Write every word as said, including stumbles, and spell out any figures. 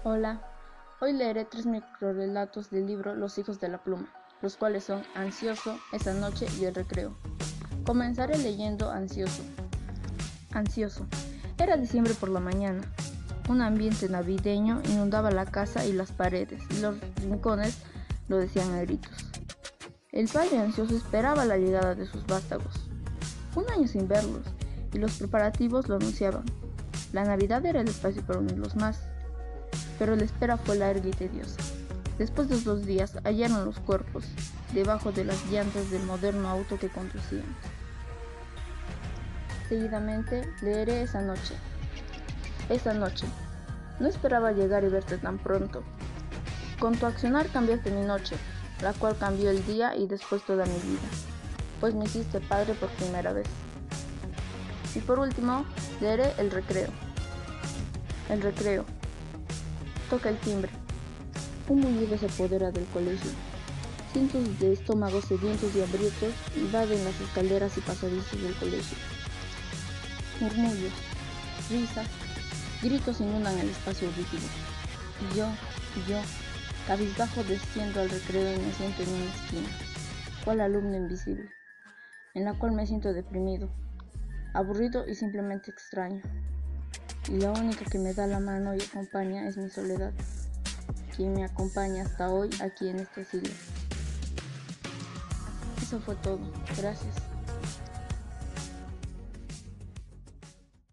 Hola, hoy leeré tres microrelatos del libro Los hijos de la pluma, los cuales son Ansioso, Esa noche y El recreo. Comenzaré leyendo Ansioso. Ansioso. Era diciembre por la mañana. Un ambiente navideño inundaba la casa y las paredes, y los rincones lo decían a gritos. El padre ansioso esperaba la llegada de sus vástagos. Un año sin verlos, y los preparativos lo anunciaban. La Navidad era el espacio para unirlos más. Pero la espera fue larga y tediosa. Después de dos días hallaron los cuerpos debajo de las llantas del moderno auto que conducían. Seguidamente leeré Esa noche. Esa noche. No esperaba llegar y verte tan pronto. Con tu accionar cambiaste mi noche, la cual cambió el día y después toda mi vida, pues me hiciste padre por primera vez. Y por último, leeré El recreo. El recreo. Toca el timbre. Un muñeco se apodera del colegio. Cientos de estómagos sedientos y hambrientos invaden las escaleras y pasadizos del colegio. Murmullos, risas, gritos inundan el espacio rígido. Y yo, y yo, cabizbajo desciendo al recreo y me siento en una esquina, cual alumno invisible, en la cual me siento deprimido, aburrido y simplemente extraño. Y la única que me da la mano y acompaña es mi soledad, quien me acompaña hasta hoy aquí en este siglo. Eso fue todo. Gracias.